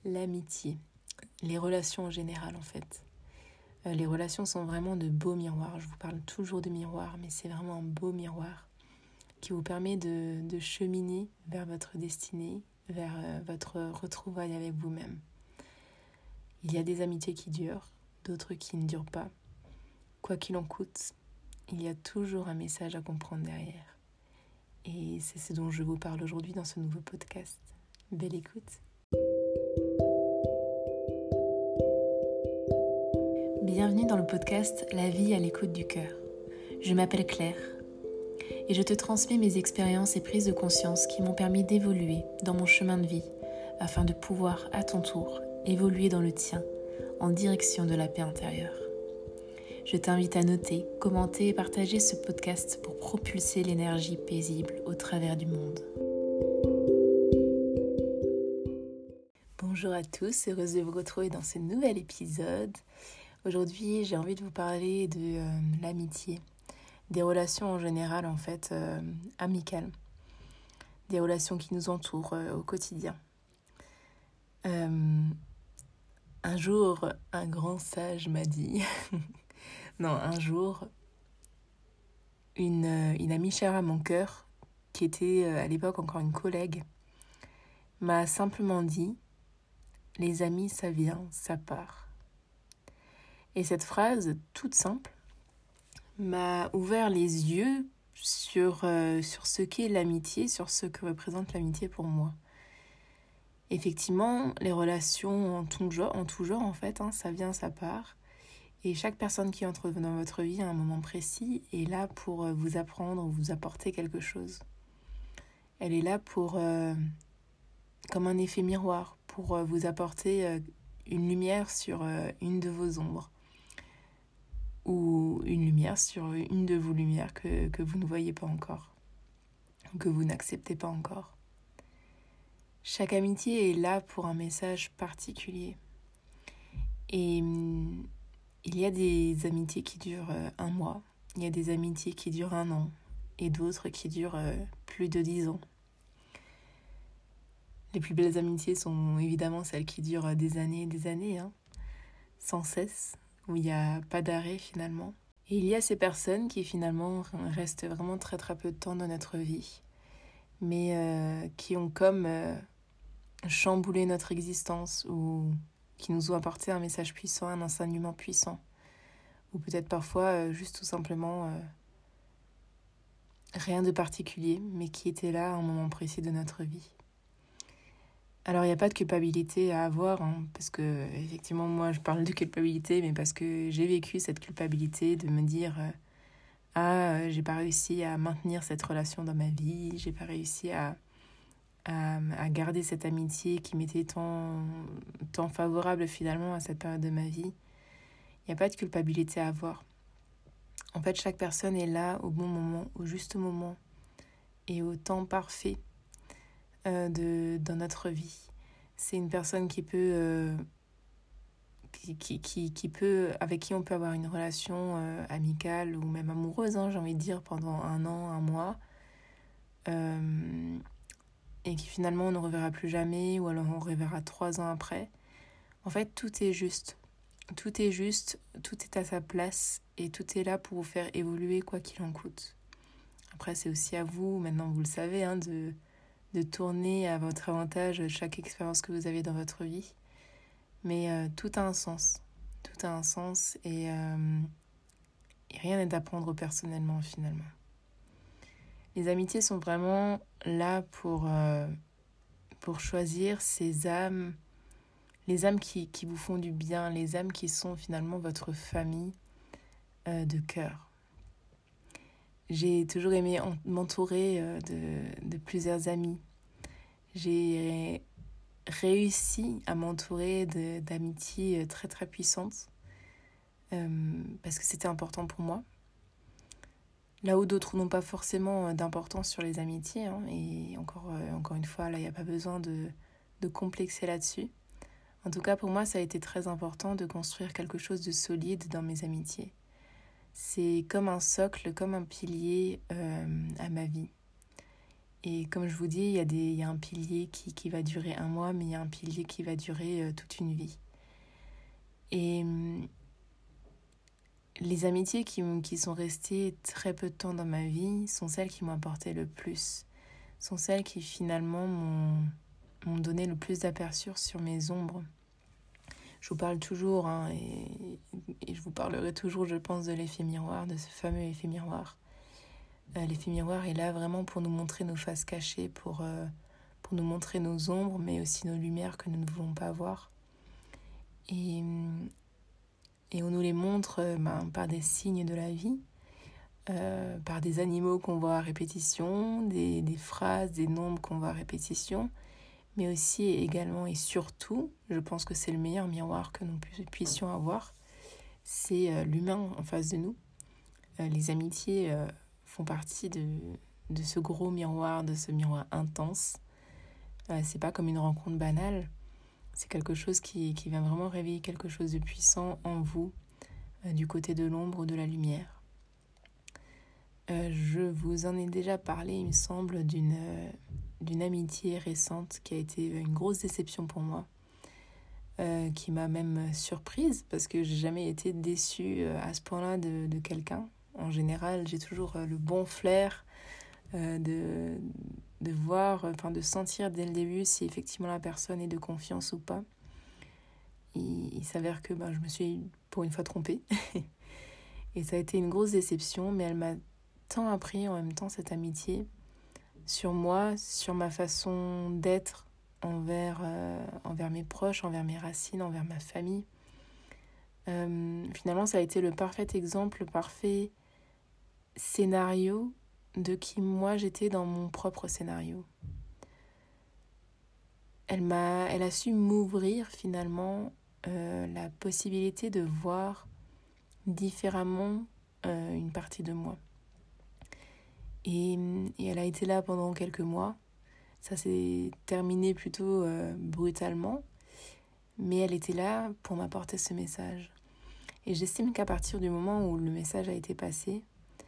l'amitié, les relations en général en fait. Les relations sont vraiment de beaux miroirs. Je vous parle toujours de miroirs, mais c'est vraiment un beau miroir qui vous permet de cheminer vers votre destinée, vers votre retrouvaille avec vous-même. Il y a des amitiés qui durent, d'autres qui ne durent pas. Quoi qu'il en coûte, il y a toujours un message à comprendre derrière. Et c'est ce dont je vous parle aujourd'hui dans ce nouveau podcast. Belle écoute. Bienvenue dans le podcast La vie à l'écoute du cœur. Je m'appelle Claire et je te transmets mes expériences et prises de conscience qui m'ont permis d'évoluer dans mon chemin de vie afin de pouvoir, à ton tour, évoluer dans le tien en direction de la paix intérieure. Je t'invite à noter, commenter et partager ce podcast pour propulser l'énergie paisible au travers du monde. Bonjour à tous, heureuse de vous retrouver dans ce nouvel épisode. Aujourd'hui, j'ai envie de vous parler de l'amitié, des relations en général en fait amicales, des relations qui nous entourent au quotidien. Un jour, un grand sage m'a dit... Non, un jour, une amie chère à mon cœur, qui était à l'époque encore une collègue, m'a simplement dit « Les amis, ça vient, ça part ». Et cette phrase, toute simple, m'a ouvert les yeux sur ce qu'est l'amitié, sur ce que représente l'amitié pour moi. Effectivement, les relations en tout genre en fait, ça vient, ça part. Et chaque personne qui entre dans votre vie à un moment précis est là pour vous apprendre ou vous apporter quelque chose. Elle est là pour, comme un effet miroir, pour vous apporter une lumière sur une de vos ombres ou une lumière sur une de vos lumières que vous ne voyez pas encore, que vous n'acceptez pas encore. Chaque amitié est là pour un message particulier. Et il y a des amitiés qui durent un mois, il y a des amitiés qui durent un an et d'autres qui durent plus de 10 ans. Les plus belles amitiés sont évidemment celles qui durent des années, sans cesse, où il n'y a pas d'arrêt finalement. Et il y a ces personnes qui finalement restent vraiment très très peu de temps dans notre vie, mais qui ont comme chamboulé notre existence ou qui nous ont apporté un message puissant, un enseignement puissant. Ou peut-être parfois juste tout simplement rien de particulier, mais qui était là à un moment précis de notre vie. Alors il n'y a pas de culpabilité à avoir, parce que effectivement moi je parle de culpabilité, mais parce que j'ai vécu cette culpabilité de me dire j'ai pas réussi à maintenir cette relation dans ma vie, j'ai pas réussi à garder cette amitié qui m'était tant favorable finalement à cette période de ma vie. Il n'y a pas de culpabilité à avoir. En fait, chaque personne est là au bon moment, au juste moment et au temps parfait dans notre vie. C'est une personne qui peut, avec qui on peut avoir une relation amicale ou même amoureuse, j'ai envie de dire, pendant un an, un mois, et qui finalement on ne reverra plus jamais, ou alors on reverra 3 ans après. En fait, tout est juste. Tout est juste, tout est à sa place et tout est là pour vous faire évoluer quoi qu'il en coûte. Après, c'est aussi à vous, maintenant vous le savez, de tourner à votre avantage chaque expérience que vous avez dans votre vie. Mais tout a un sens. Tout a un sens et rien n'est à prendre personnellement finalement. Les amitiés sont vraiment là pour choisir ces âmes, les âmes qui vous font du bien, les âmes qui sont finalement votre famille de cœur. J'ai toujours aimé m'entourer de plusieurs amis. J'ai réussi à m'entourer d'amitiés très très puissantes parce que c'était important pour moi. Là où d'autres n'ont pas forcément d'importance sur les amitiés, et encore une fois, là il n'y a pas besoin de complexer là-dessus. En tout cas, pour moi, ça a été très important de construire quelque chose de solide dans mes amitiés. C'est comme un socle, comme un pilier à ma vie. Et comme je vous dis, il y a un pilier qui va durer 1 mois, mais il y a un pilier qui va durer toute une vie. Et les amitiés qui sont restées très peu de temps dans ma vie sont celles qui m'ont apporté le plus. Sont celles qui finalement m'ont donné le plus d'aperçus sur mes ombres. Je vous parle toujours, et je vous parlerai toujours, je pense, de l'effet miroir, de ce fameux effet miroir. L'effet miroir est là vraiment pour nous montrer nos faces cachées, pour nous montrer nos ombres, mais aussi nos lumières que nous ne voulons pas voir. Et on nous les montre par des signes de la vie, par des animaux qu'on voit à répétition, des phrases, des nombres qu'on voit à répétition, mais aussi également et surtout, je pense que c'est le meilleur miroir que nous puissions avoir, c'est l'humain en face de nous. Les amitiés font partie de ce gros miroir, de ce miroir intense. C'est pas comme une rencontre banale, c'est quelque chose qui vient vraiment réveiller quelque chose de puissant en vous, du côté de l'ombre ou de la lumière. Je vous en ai déjà parlé, il me semble, d'une amitié récente qui a été une grosse déception pour moi, qui m'a même surprise parce que j'ai jamais été déçue à ce point-là de quelqu'un. En général, j'ai toujours le bon flair de voir, de sentir dès le début si effectivement la personne est de confiance ou pas. Il s'avère que je me suis pour une fois trompée et ça a été une grosse déception, mais elle m'a tant appris en même temps, cette amitié, sur moi, sur ma façon d'être envers mes proches, envers mes racines, envers ma famille. Finalement, ça a été le parfait exemple, le parfait scénario de qui moi j'étais dans mon propre scénario. Elle a su m'ouvrir finalement la possibilité de voir différemment une partie de moi. Et elle a été là pendant quelques mois. Ça s'est terminé plutôt brutalement, mais elle était là pour m'apporter ce message. Et j'estime qu'à partir du moment où le message a été passé,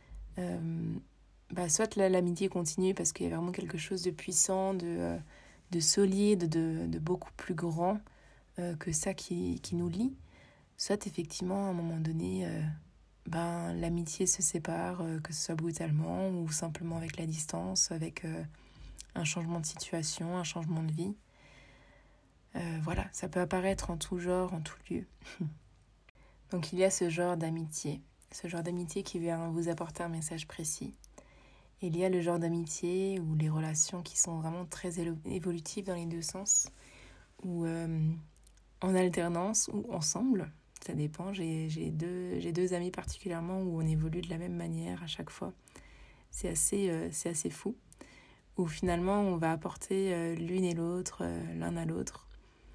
soit l'amitié continue parce qu'il y a vraiment quelque chose de puissant, de solide, de beaucoup plus grand que ça qui nous lie. Soit effectivement, à un moment donné, l'amitié se sépare, que ce soit brutalement ou simplement avec la distance, avec un changement de situation, un changement de vie. Voilà, ça peut apparaître en tout genre, en tout lieu. Donc il y a ce genre d'amitié qui vient vous apporter un message précis. Il y a le genre d'amitié ou les relations qui sont vraiment très évolutives dans les deux sens, ou en alternance ou ensemble. Ça dépend, j'ai deux amis particulièrement où on évolue de la même manière à chaque fois. C'est assez fou, où finalement on va apporter l'une et l'autre, l'un à l'autre,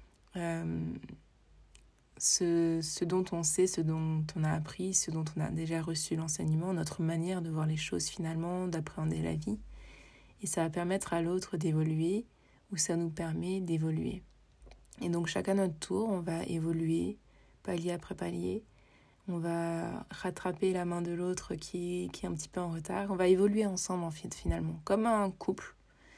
ce dont on sait, ce dont on a appris, ce dont on a déjà reçu l'enseignement, notre manière de voir les choses finalement, d'appréhender la vie. Et ça va permettre à l'autre d'évoluer, ou ça nous permet d'évoluer. Et donc chacun notre tour, on va évoluer, palier après palier. On va rattraper la main de l'autre qui est un petit peu en retard. On va évoluer ensemble en fait, finalement, comme un couple.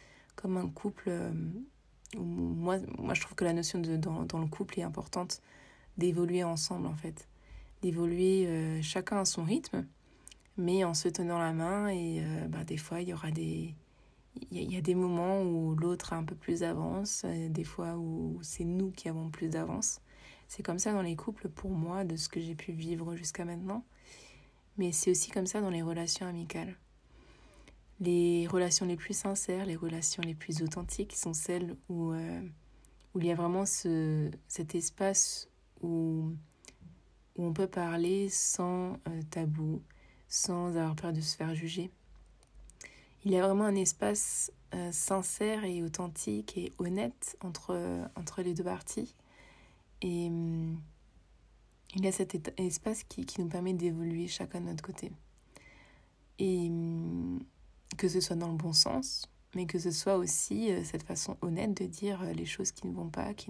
Moi je trouve que la notion dans le couple est importante, d'évoluer ensemble en fait. D'évoluer chacun à son rythme, mais en se tenant la main. Et des fois, il y a des moments où l'autre a un peu plus d'avance, des fois où c'est nous qui avons plus d'avance. C'est comme ça dans les couples pour moi, de ce que j'ai pu vivre jusqu'à maintenant. Mais c'est aussi comme ça dans les relations amicales. Les relations les plus sincères, les relations les plus authentiques sont celles où il y a vraiment cet espace où on peut parler sans tabou, sans avoir peur de se faire juger. Il y a vraiment un espace sincère et authentique et honnête entre les deux parties. Et il y a cet espace qui nous permet d'évoluer chacun de notre côté. Et que ce soit dans le bon sens, mais que ce soit aussi cette façon honnête de dire les choses qui ne vont pas, qui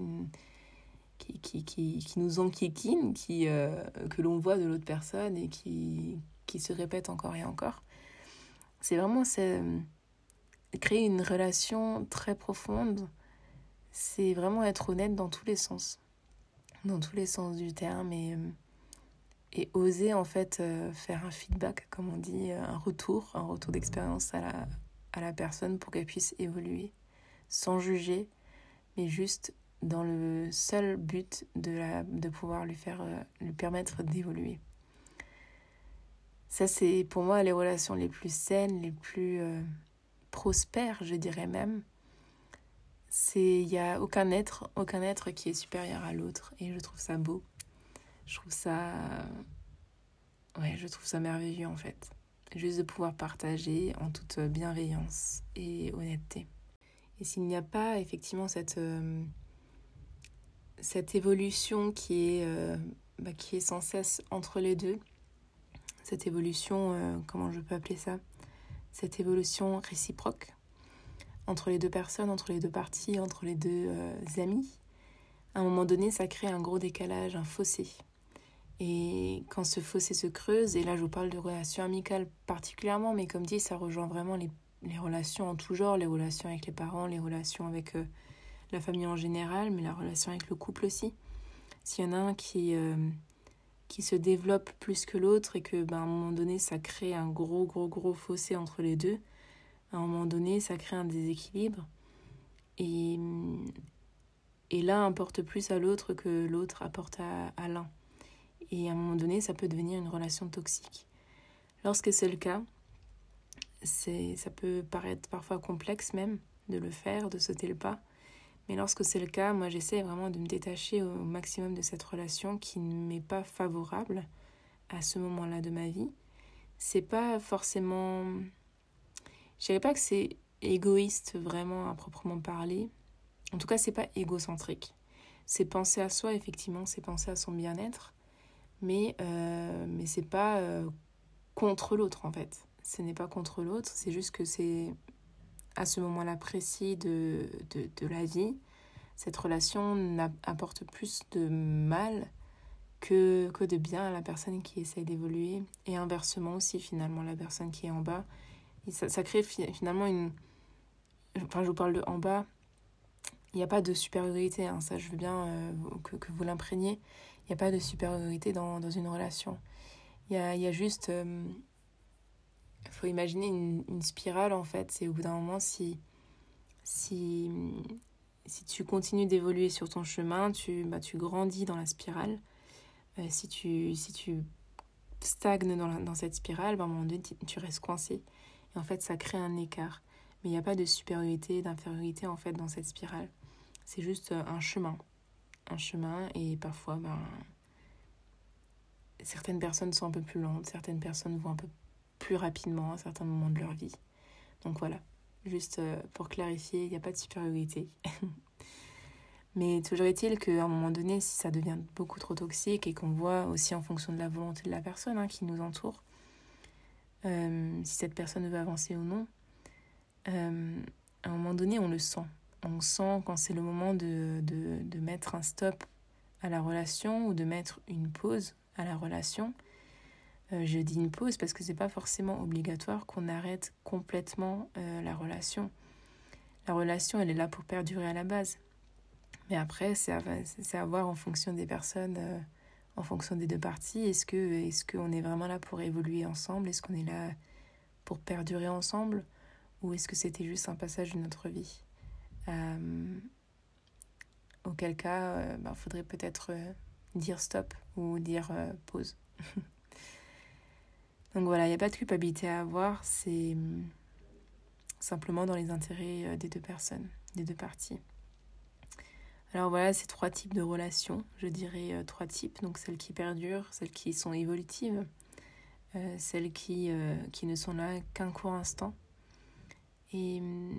nous enquiquinent, que l'on voit de l'autre personne et qui se répètent encore et encore. C'est vraiment créer une relation très profonde, c'est vraiment être honnête dans tous les sens. Dans tous les sens du terme et oser en fait faire un feedback, comme on dit, un retour d'expérience à la personne pour qu'elle puisse évoluer sans juger, mais juste dans le seul but de pouvoir lui permettre d'évoluer. Ça, c'est pour moi les relations les plus saines, les plus prospères, je dirais même. Il n'y a aucun être qui est supérieur à l'autre, et je trouve ça beau. Je trouve ça merveilleux en fait. Juste de pouvoir partager en toute bienveillance et honnêteté. Et s'il n'y a pas effectivement cette évolution qui est sans cesse entre les deux, cette évolution, comment je peux appeler ça ? Cette évolution réciproque entre les deux personnes, entre les deux parties, entre les deux amis, à un moment donné, ça crée un gros décalage, un fossé. Et quand ce fossé se creuse, et là je vous parle de relations amicales particulièrement, mais comme dit, ça rejoint vraiment les relations en tout genre, les relations avec les parents, les relations avec la famille en général, mais la relation avec le couple aussi. S'il y en a un qui se développe plus que l'autre et que à un moment donné ça crée un gros fossé entre les deux, à un moment donné ça crée un déséquilibre et l'un apporte plus à l'autre que l'autre apporte à l'un. Et à un moment donné, ça peut devenir une relation toxique. Lorsque c'est le cas, ça peut paraître parfois complexe même de le faire, de sauter le pas. Mais lorsque c'est le cas, moi j'essaie vraiment de me détacher au maximum de cette relation qui ne m'est pas favorable à ce moment-là de ma vie. C'est pas forcément... Je dirais pas que c'est égoïste vraiment à proprement parler. En tout cas, c'est pas égocentrique. C'est penser à soi, effectivement, c'est penser à son bien-être. Mais c'est pas contre l'autre en fait. Ce n'est pas contre l'autre, c'est juste que c'est à ce moment-là précis de la vie, cette relation apporte plus de mal que de bien à la personne qui essaie d'évoluer. Et inversement aussi finalement, la personne qui est en bas. Et ça crée finalement une... Enfin je vous parle de en bas, il n'y a pas de supériorité, hein, ça je veux bien que vous l'imprégniez. Il n'y a pas de supériorité dans une relation. Il y a juste... faut imaginer une spirale, en fait. C'est au bout d'un moment, si tu continues d'évoluer sur ton chemin, tu grandis dans la spirale. Si tu stagnes dans cette spirale, à un moment donné, tu restes coincé. Et en fait, ça crée un écart. Mais il n'y a pas de supériorité, d'infériorité, en fait, dans cette spirale. C'est juste un chemin. Un chemin, et parfois, certaines personnes sont un peu plus lentes, certaines personnes vont un peu plus rapidement à certains moments de leur vie. Donc voilà, juste pour clarifier, il n'y a pas de supériorité. Mais toujours est-il qu'à un moment donné, si ça devient beaucoup trop toxique et qu'on voit aussi en fonction de la volonté de la personne qui nous entoure, si cette personne veut avancer ou non, à un moment donné, on le sent. On sent quand c'est le moment de mettre un stop à la relation ou de mettre une pause à la relation. Je dis une pause parce que c'est pas forcément obligatoire qu'on arrête complètement la relation. La relation, elle est là pour perdurer à la base. Mais après, c'est à voir en fonction des personnes, en fonction des deux parties. Est-ce qu'on est vraiment là pour évoluer ensemble ? Est-ce qu'on est là pour perdurer ensemble ? Ou est-ce que c'était juste un passage de notre vie ? Auquel cas, faudrait peut-être dire stop ou dire pause. Donc voilà, il n'y a pas de culpabilité à avoir, c'est simplement dans les intérêts des deux personnes, des deux parties. Alors voilà, ces 3 types de relations, je dirais 3 types, donc celles qui perdurent, celles qui sont évolutives, celles qui ne sont là qu'un court instant, et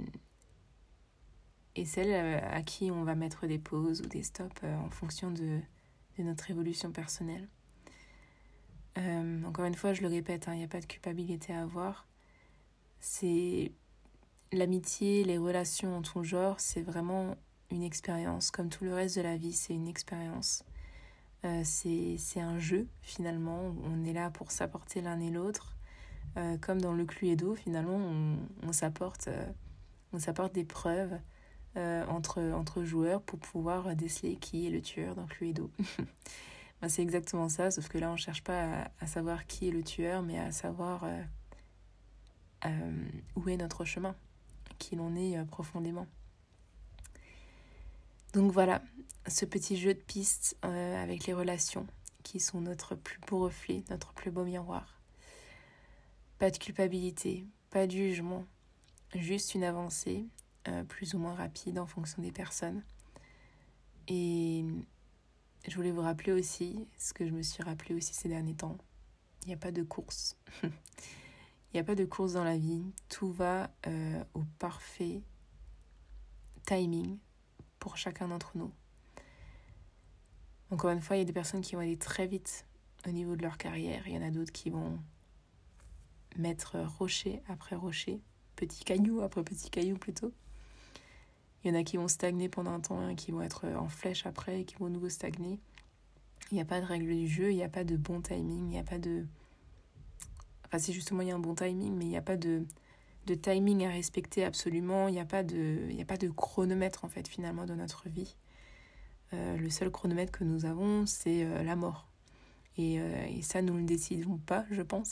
celles à qui on va mettre des pauses ou des stops en fonction de notre évolution personnelle. Encore une fois, je le répète, il n'y a pas de culpabilité à avoir. C'est l'amitié, les relations en tout genre, c'est vraiment une expérience. Comme tout le reste de la vie, c'est une expérience. C'est un jeu, finalement. On est là pour s'apporter l'un et l'autre. Comme dans le Cluedo, finalement, on s'apporte On s'apporte des preuves entre joueurs pour pouvoir déceler qui est le tueur dans Cluedo. Ben, c'est exactement ça, sauf que là, on ne cherche pas à savoir qui est le tueur, mais à savoir où est notre chemin, qui l'on est profondément. Donc voilà, ce petit jeu de pistes avec les relations qui sont notre plus beau reflet, notre plus beau miroir. Pas de culpabilité, pas de jugement, juste une avancée plus ou moins rapide en fonction des personnes. Et je voulais vous rappeler aussi, ce que je me suis rappelé aussi ces derniers temps, il n'y a pas de course. Il n'y a pas de course dans la vie, tout va au parfait timing pour chacun d'entre nous. Encore une fois, il y a des personnes qui vont aller très vite au niveau de leur carrière. Il y en a d'autres qui vont mettre rocher après rocher, petit caillou après petit caillou plutôt. Il y en a qui vont stagner pendant un temps, qui vont être en flèche après et qui vont de nouveau stagner. Il n'y a pas de règle du jeu, il n'y a pas de bon timing, il n'y a pas de... Enfin, si justement il y a un bon timing, mais il n'y a pas de timing à respecter absolument. Il n'y a pas de chronomètre en fait finalement dans notre vie. Le seul chronomètre que nous avons, c'est la mort. Et ça, nous ne le décidons pas, je pense.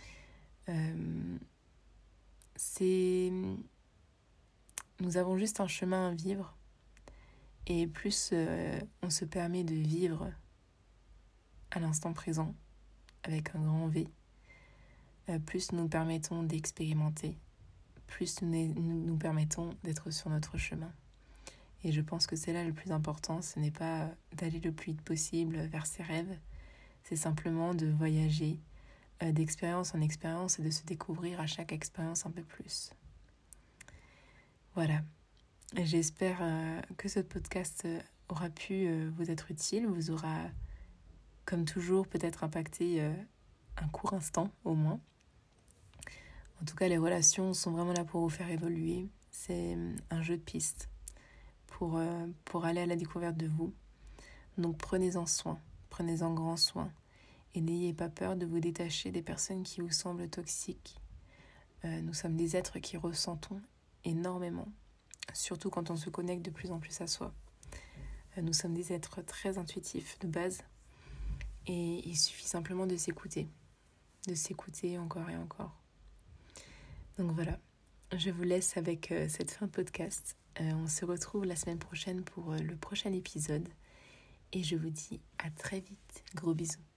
Nous avons juste un chemin à vivre. Et plus on se permet de vivre à l'instant présent, avec un grand V, plus nous permettons d'expérimenter, plus nous permettons d'être sur notre chemin. Et je pense que c'est là le plus important, ce n'est pas d'aller le plus vite possible vers ses rêves, c'est simplement de voyager d'expérience en expérience et de se découvrir à chaque expérience un peu plus. Voilà, j'espère que ce podcast aura pu vous être utile, vous aura, comme toujours, peut-être impacté un court instant au moins. En tout cas, les relations sont vraiment là pour vous faire évoluer, c'est un jeu de pistes pour aller à la découverte de vous. Donc prenez-en soin, prenez-en grand soin et n'ayez pas peur de vous détacher des personnes qui vous semblent toxiques. Nous sommes des êtres qui ressentons énormément, surtout quand on se connecte de plus en plus à soi. Nous sommes des êtres très intuitifs de base et il suffit simplement de s'écouter encore et encore. Donc voilà, je vous laisse avec cette fin de podcast. On se retrouve la semaine prochaine pour le prochain épisode. Et je vous dis à très vite. Gros bisous.